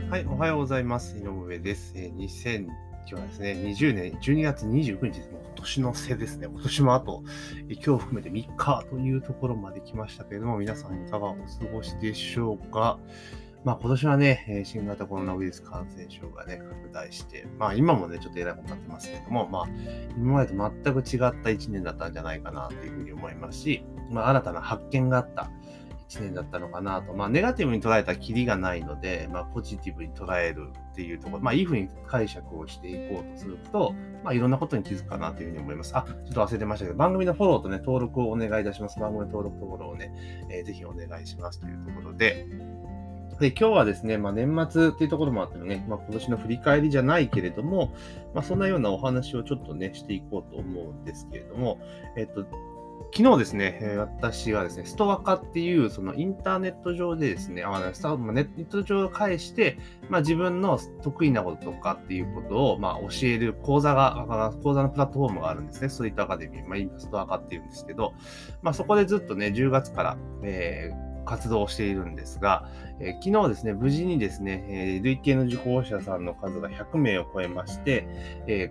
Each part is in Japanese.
はい、おはようございます。井上です。今日はですね、20年12月29日です。もう今年の瀬ですね。今年もあと、今日含めて3日というところまで来ましたけれども、皆さんいかがお過ごしでしょうか。今年はね、新型コロナウイルス感染症がね、拡大して、今もね、ちょっと偉いことになってますけれども、今までと全く違った1年だったんじゃないかなというふうに思いますし、新たな発見があった1年だったのかなと。ネガティブに捉えたらキリがないので、ポジティブに捉えるっていうところ、いい風に解釈をしていこうとすると、いろんなことに気づくかなというふうに思います。ちょっと忘れてましたけど、番組のフォローとね、登録をお願いいたします。番組の登録とフォローをね、ぜひお願いしますというところで、今日はですね、年末っていうところもあってね、今年の振り返りじゃないけれども、そんなようなお話をちょっとね、していこうと思うんですけれども、昨日ですね、私がですね、ストア化っていう、そのインターネット上でですね、ネット上を介して、自分の得意なこととかっていうことを、教える講座のプラットフォームがあるんですね。ストリートアカデミー。今、ストア化っていうんですけど、そこでずっとね、10月から、活動をしているんですが、昨日ですね、無事にですね、累計の受講者さんの数が100名を超えまして、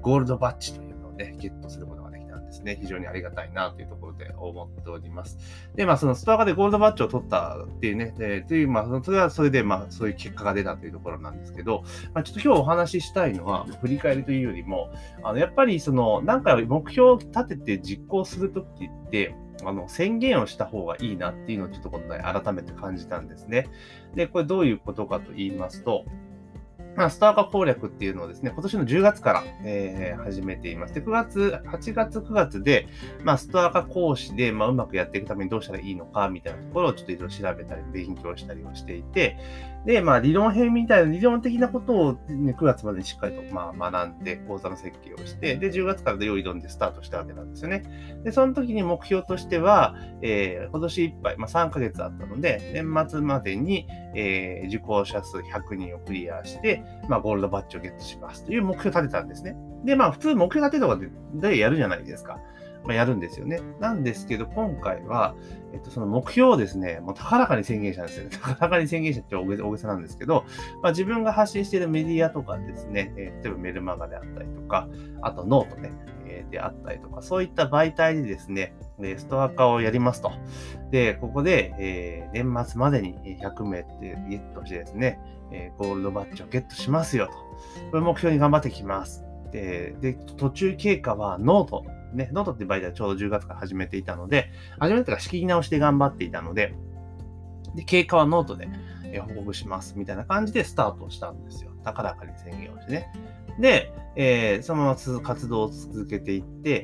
ゴールドバッジというのをね、ゲットすることができたんですね。非常にありがたいなというところで思っております。で、そのストア化でゴールドバッジを取ったっていうね、それはそれで、そういう結果が出たというところなんですけど、ちょっと今日お話ししたいのは、振り返りというよりも、やっぱり何回目標を立てて実行するときって、宣言をした方がいいなっていうのをちょっと今度は改めて感じたんですね。で、これどういうことかと言いますと、ストア化攻略っていうのをですね、今年の10月から、始めています。で、8月、9月で、ストア化講師で、うまくやっていくためにどうしたらいいのか、みたいなところをちょっといろいろ調べたり、勉強したりをしていて、で、理論的なことを、ね、9月までにしっかりと、学んで、講座の設計をして、で、10月からで良い論でスタートしたわけなんですよね。で、その時に目標としては、今年いっぱい、3ヶ月あったので、年末までに、受講者数100人をクリアして、ゴールドバッジをゲットしますという目標を立てたんですね。で、普通目標立てとかでやるじゃないですか。やるんですよね。なんですけど、今回は、その目標をですね、もう高らかに宣言したんですよね。高らかに宣言したって大げさなんですけど、自分が発信しているメディアとかですね、例えばメルマガであったりとか、あとノートね、であったりとか、そういった媒体でですね、ストア化をやりますと。で、ここで、年末までに100名ってゲットしてですね、ゴールドバッジをゲットしますよと。これ目標に頑張ってきます。で、途中経過はノート。ね、ノートっていう媒体はちょうど10月から始めていたので、初めてから仕切り直しで頑張っていたので、で、経過はノートで報告します。みたいな感じでスタートしたんですよ。高らかに宣言をしてね。で、そのまま活動を続けていって、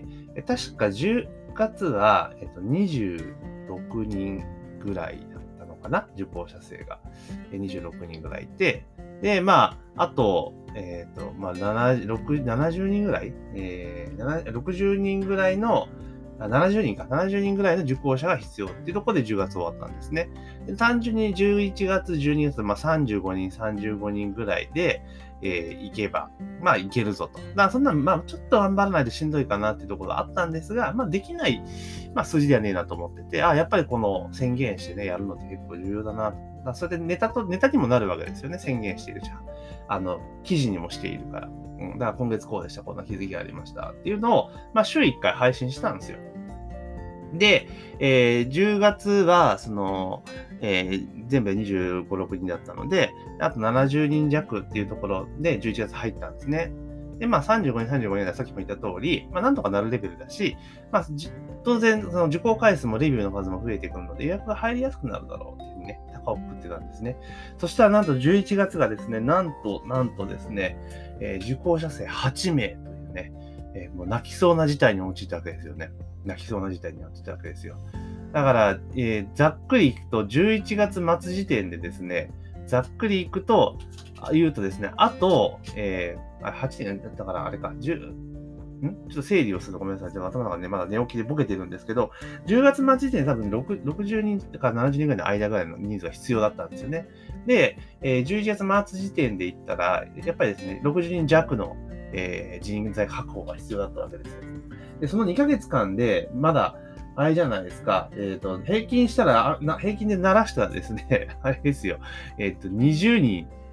確か10月は、26人ぐらいだったのかな、受講者数が。26人ぐらいいて、で、あと、70人ぐらい、60人ぐらいの、70人ぐらいの受講者が必要っていうところで10月終わったんですね。で単純に11月、12月、35人ぐらいで、行けば、行けるぞと。そんな、ちょっと頑張らないとしんどいかなっていうところがあったんですが、できない、数字ではねえなと思ってて、やっぱりこの宣言してね、やるのって結構重要だな。それでネタにもなるわけですよね。宣言しているじゃん。記事にもしているから。だから今月こうでした、こんな気づきがありましたっていうのを、週1回配信したんですよ。で、10月は、全部で25、6人だったので、あと70人弱っていうところで11月入ったんですね。で、35人はさっきも言った通り、なんとかなるレベルだし、当然、その受講回数もレビューの数も増えてくるので、予約が入りやすくなるだろうっていうね、高をくくってたんですね。そしたらなんと11月がですね、なんとですね、受講者数8名というね、もう泣きそうな事態に陥ったわけですよね。泣きそうな事態に陥ったわけですよ。だから、ざっくりいくと、11月末時点でですね、ざっくりいくと、言うとですね、あと、8年だったからあれか、ちょっと整理をするとごめんなさい。頭の中でまだ寝起きでボケてるんですけど、10月末時点で多分60人から70人ぐらいの間ぐらいの人数が必要だったんですよね。で、11月末時点で言ったら、やっぱりですね、60人弱の、人材確保が必要だったわけですよ。で、その2ヶ月間で、まだ、あれじゃないですか。平均で鳴らしたらですね、あれですよ。20人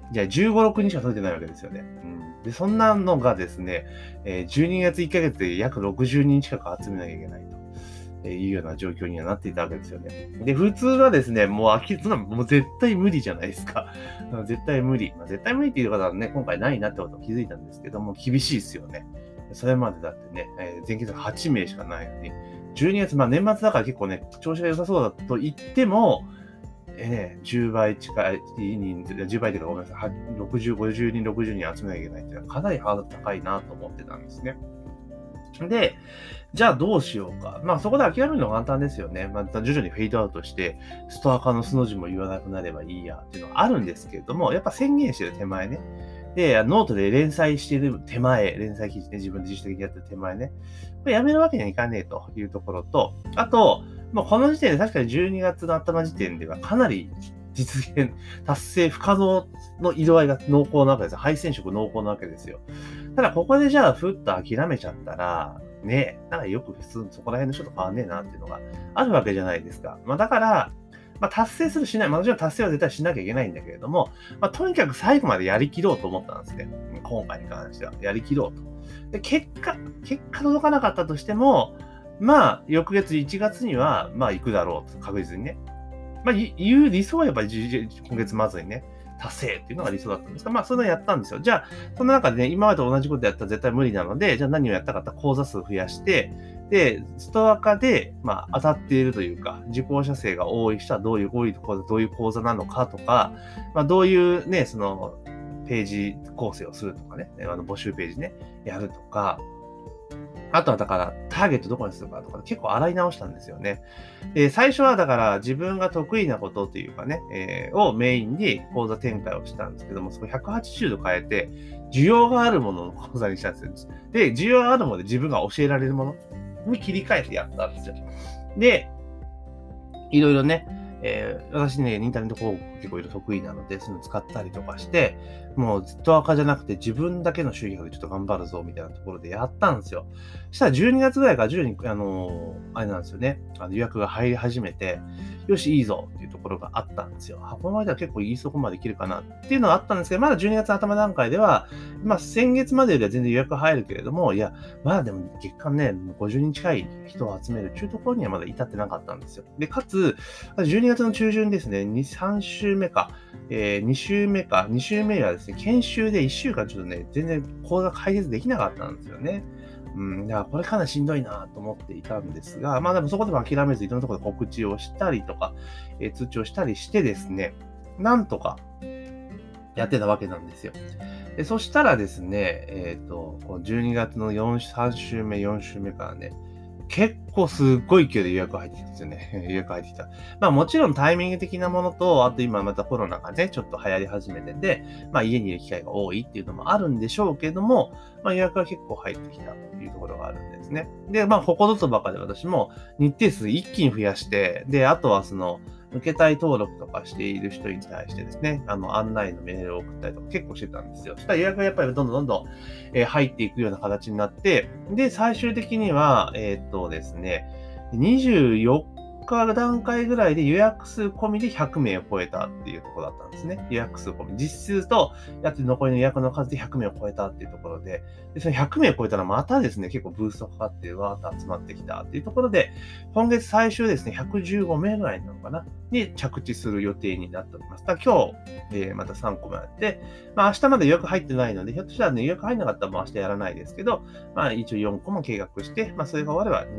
じゃあ15、6人しか取れてないわけですよね。で、そんなのがですね、12月1ヶ月で約60人近く集めなきゃいけないというような状況にはなっていたわけですよね。で、普通はですね、もう絶対無理じゃないですか。絶対無理。絶対無理っていう方はね、今回ないなってことを気づいたんですけども、厳しいですよね。それまでだってね、前期8名しかないのに、12月、年末だから結構ね、調子が良さそうだと言っても、10倍近い人数、10倍というかごめんなさい、60、50人、60人集めなきゃいけないっていうのはかなりハードル高いなと思ってたんですね。で、じゃあどうしようか。そこで諦めるのが簡単ですよね。徐々にフェードアウトして、ストア化の素の字も言わなくなればいいやっていうのはあるんですけれども、やっぱ宣言してる手前ね。で、ノートで連載してる手前、連載記事ね、自分で自主的にやってる手前ね。これやめるわけにはいかねえというところと、あと、この時点で確かに12月の頭時点ではかなり実現、達成不可能の色合いが濃厚なわけですよ。敗戦色濃厚なわけですよ。ただここでじゃあふっと諦めちゃったら、ね、よく普通そこら辺の人と変わんねえなっていうのがあるわけじゃないですか。だから、達成するしない、もちろん達成は絶対しなきゃいけないんだけれども、とにかく最後までやりきろうと思ったんですね。今回に関しては。やりきろうと。で、結果届かなかったとしても、翌月1月には、行くだろうと、確実にね。言う理想はやっぱり今月末にね、達成っていうのが理想だったんですが、それをやったんですよ。じゃあ、その中でね、今までと同じことやったら絶対無理なので、じゃあ何をやったかって講座数を増やして、で、ストア化で、当たっているというか、受講者数が多い人はどういう講座なのかとか、どういうね、その、ページ構成をするとかね、募集ページね、やるとか、あとはだから、ターゲットどこにするかとか、結構洗い直したんですよね。で、最初はだから自分が得意なことっていうかね、をメインに講座展開をしたんですけども、そこ180度変えて、需要があるものの講座にしたんですよ。で、需要があるもので自分が教えられるものに切り替えてやったんですよ。で、いろいろね、私ね、インターネット広告結構いろいろ得意なので、そういうの使ったりとかして、もうずっと赤じゃなくて自分だけの収益でちょっと頑張るぞ、みたいなところでやったんですよ。そしたら12月ぐらいから徐々に、あれなんですよね、予約が入り始めて、よし、いいぞっていうところがあったんですよ。この間は結構いいそこまでできるかなっていうのがあったんですけど、まだ12月頭段階では、先月までよりは全然予約入るけれども、いや、でも月間ね、50人近い人を集めるっていうところにはまだ至ってなかったんですよ。で、かつ、12月の中旬ですね、3週目か、2週目はですね、研修で1週間ちょっとね、全然講座開設できなかったんですよね。だからこれかなりしんどいなと思っていたんですが、でもそこでも諦めずいろんなところで告知をしたりとか、通知をしたりしてですね、なんとかやってたわけなんですよ。でそしたらですね、この12月の3週目、4週目からね、結構すっごい勢いで予約入ってきたんですよね。予約入ってきた。もちろんタイミング的なものと、あと今またコロナがね、ちょっと流行り始めてて、家にいる機会が多いっていうのもあるんでしょうけども、予約は結構入ってきたというところがあるんですね。で、ここぞとばかり私も日程数一気に増やして、で、あとは受けたい登録とかしている人に対してですね、案内のメールを送ったりとか結構してたんですよ。そしたら予約がやっぱりどんどん、入っていくような形になって、で、最終的には、ですね、24日段階ぐらいで予約数込みで100名を超えたっていうところだったんですね。予約数込み。実数と、やって残りの予約の数で100名を超えたっていうところで、その100名を超えたらまたですね、結構ブーストかかってわーっと集まってきたっていうところで、今月最終ですね、115名ぐらいなのかなに着地する予定になっております。今日、また3個目やって、明日まで予約入ってないので、ひょっとしたらね、予約入んなかったら明日やらないですけど、一応4個も計画して、それが終われば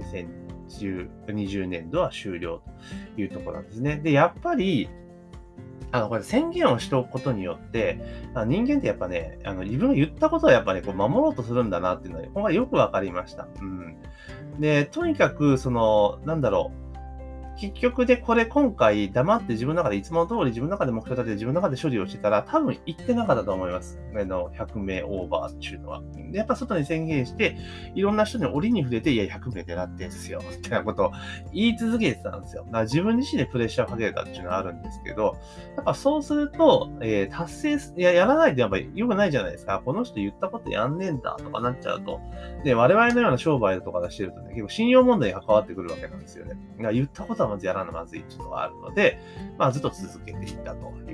2020年度は終了というところなんですね。で、やっぱり、これ宣言をしておくことによって、人間ってやっぱね、自分が言ったことはやっぱり守ろうとするんだなっていうのは、今回よくわかりました。で、とにかく、結局でこれ今回黙って自分の中でいつもの通り自分の中で目標立てて自分の中で処理をしてたら多分行ってなかったと思います。100名オーバーっていうのは。でやっぱ外に宣言して、いろんな人に折に触れて、いや、100名狙ってんすよ、みたいなことを言い続けてたんですよ。だから自分自身でプレッシャーをかけたっていうのはあるんですけど、やっぱそうすると、達成、やらないとやっぱり良くないじゃないですか。この人言ったことやんねえんだとかなっちゃうと。で、我々のような商売とか出してるとね、結構信用問題に関わってくるわけなんですよね。言ったことはまずやらなまずいっていうのがあるので、ずっと続けていったというところです。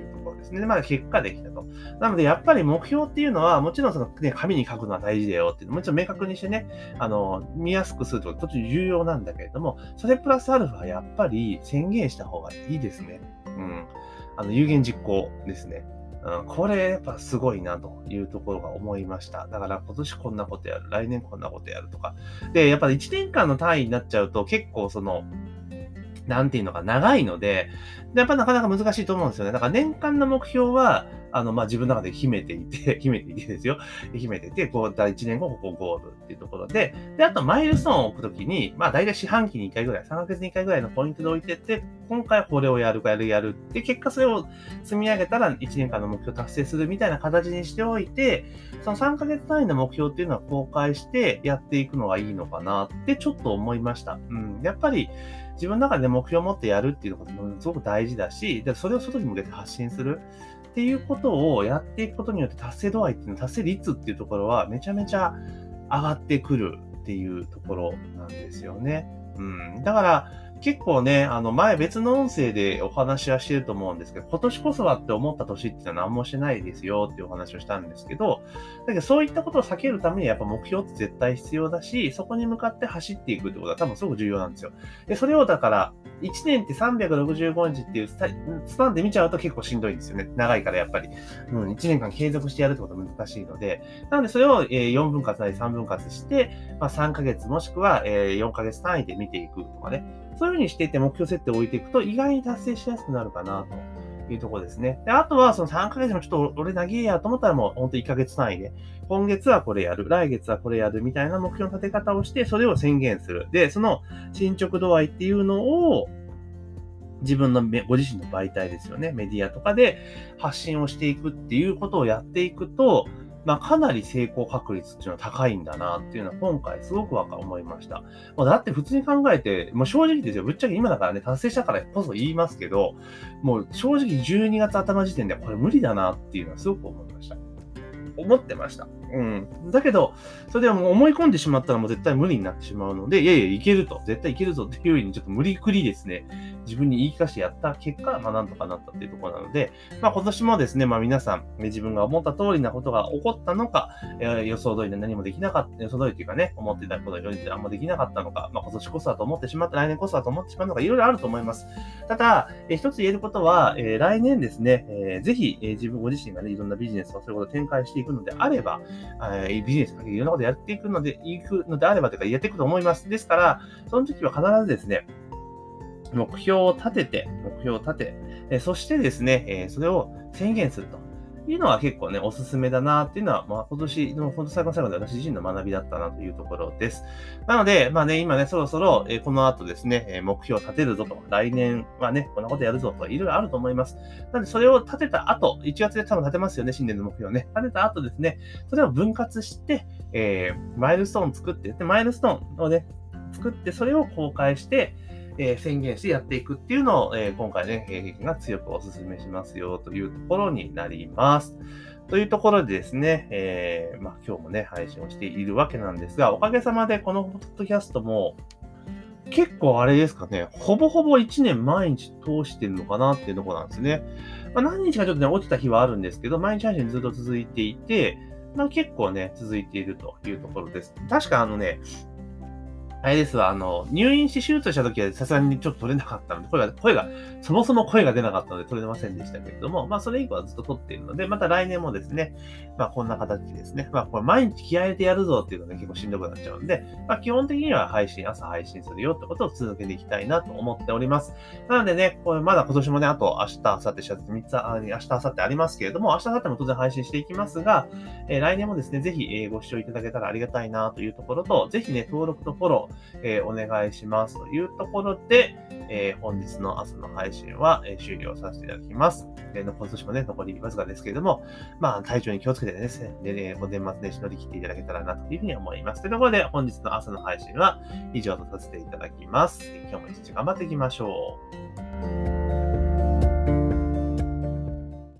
ですね。で、まだ結果できたと。なので、やっぱり目標っていうのは、もちろんそのね、紙に書くのは大事だよっていうのもちろん明確にしてね、見やすくすると途中重要なんだけれども、それプラスアルファやっぱり宣言した方がいいですね。うん。有言実行ですね。うん、これやっぱすごいなというところが思いました。だから今年こんなことやる、来年こんなことやるとか。で、やっぱり1年間の単位になっちゃうと結構なんていうのか、長いので、やっぱなかなか難しいと思うんですよね。だから年間の目標は、自分の中で秘めていてですよ。秘めていて、第1年後、ここゴールっていうところで、あとマイルストーンを置くときに、大体四半期に1回ぐらい、3ヶ月に1回ぐらいのポイントで置いてって、今回これをやる。で、結果それを積み上げたら1年間の目標を達成するみたいな形にしておいて、その3ヶ月単位の目標っていうのは公開してやっていくのがいいのかなってちょっと思いました。やっぱり、自分の中で目標を持ってやるっていうのがすごく大事だし、でそれを外に向けて発信するっていうことをやっていくことによって達成度合いっていうの、達成率っていうところはめちゃめちゃ上がってくるっていうところなんですよね。だから結構ね、前別の音声でお話はしてると思うんですけど、今年こそはって思った年っていうのは何もしてないですよっていうお話をしたんですけど、だけどそういったことを避けるためにはやっぱ目標って絶対必要だし、そこに向かって走っていくってことは多分すごく重要なんですよ。で、それをだから、1年って365日っていうスパンで見ちゃうと結構しんどいんですよね。長いからやっぱり。1年間継続してやるってことは難しいので、なのでそれを4分割なり3分割して、3ヶ月もしくは4ヶ月単位で見ていくとかね。そういう風にしていって目標設定を置いていくと意外に達成しやすくなるかなというところですね。で、あとはその3ヶ月もちょっと俺長えやと思ったらもうほんと1ヶ月単位で、今月はこれやる、来月はこれやるみたいな目標の立て方をして、それを宣言する。で、その進捗度合いっていうのを自分のご自身の媒体ですよね。メディアとかで発信をしていくっていうことをやっていくと、かなり成功確率っていうのは高いんだなっていうのは今回すごく思いました。だって普通に考えて、もう正直ですよ。ぶっちゃけ今だからね、達成したからこそ言いますけど、もう正直12月頭時点でこれ無理だなっていうのはすごく思ってました。だけど、それでもう思い込んでしまったらもう絶対無理になってしまうので、いやいや、いけると。絶対いけるぞっていうようにちょっと無理くりですね、自分に言い聞かせてやった結果、なんとかなったっていうところなので、今年もですね、皆さん、自分が思った通りなことが起こったのか、予想通りで何もできなかった、予想通りというかね、思っていたことよりあんまできなかったのか、今年こそだと思ってしまった、来年こそだと思ってしまうのか、いろいろあると思います。ただ、一つ言えることは、来年ですね、ぜひ、自分ご自身がね、いろんなビジネスをそういうことを展開していくのであれば、ビジネスかけていろんなことやっていくのであればというか、やっていくと思います。ですから、その時は必ずですね、目標を立て、そしてですね、それを宣言するというのは結構ね、おすすめだなっていうのは、今年の本当最後の最後で私自身の学びだったなというところです。なので、今ね、そろそろ、この後ですね、目標を立てるぞと、来年はね、こんなことやるぞとか、いろいろあると思います。なので、それを立てた後、1月で多分立てますよね、新年の目標をね。立てた後ですね、それを分割して、マイルストーン作って、で、マイルストーンをね、作って、それを公開して、宣言してやっていくっていうのを、今回ね、経験が強くお勧めしますよというところになります。というところでですね、今日もね、配信をしているわけなんですが、おかげさまでこのポッドキャストも、結構あれですかね、ほぼほぼ1年毎日通してるのかなっていうところなんですね。何日かちょっとね、落ちた日はあるんですけど、毎日配信ずっと続いていて、結構ね、続いているというところです。確かあれですわ、入院して手術した時はさすがにちょっと取れなかったので、そもそも声が出なかったので取れませんでしたけれども、それ以降はずっと取っているので、また来年もですね、こんな形ですね。これ毎日気合入れてやるぞっていうのが、ね、結構しんどくなっちゃうんで、基本的には朝配信するよってことを続けていきたいなと思っております。なのでね、まだ今年もね、あと明日、明後日、3つ、明日、明後日ありますけれども、明日、明後日も当然配信していきますが、来年もですね、ぜひ、ご視聴いただけたらありがたいなというところと、ぜひね、登録とフォロー、お願いしますというところで、本日の朝の配信は、終了させていただきます。今年もね、残りわずかですけれども、体調に気をつけてですね、年末年始乗り切っていただけたらなというふうに思います。というところで、本日の朝の配信は以上とさせていただきます。今日も一日頑張っていきましょう。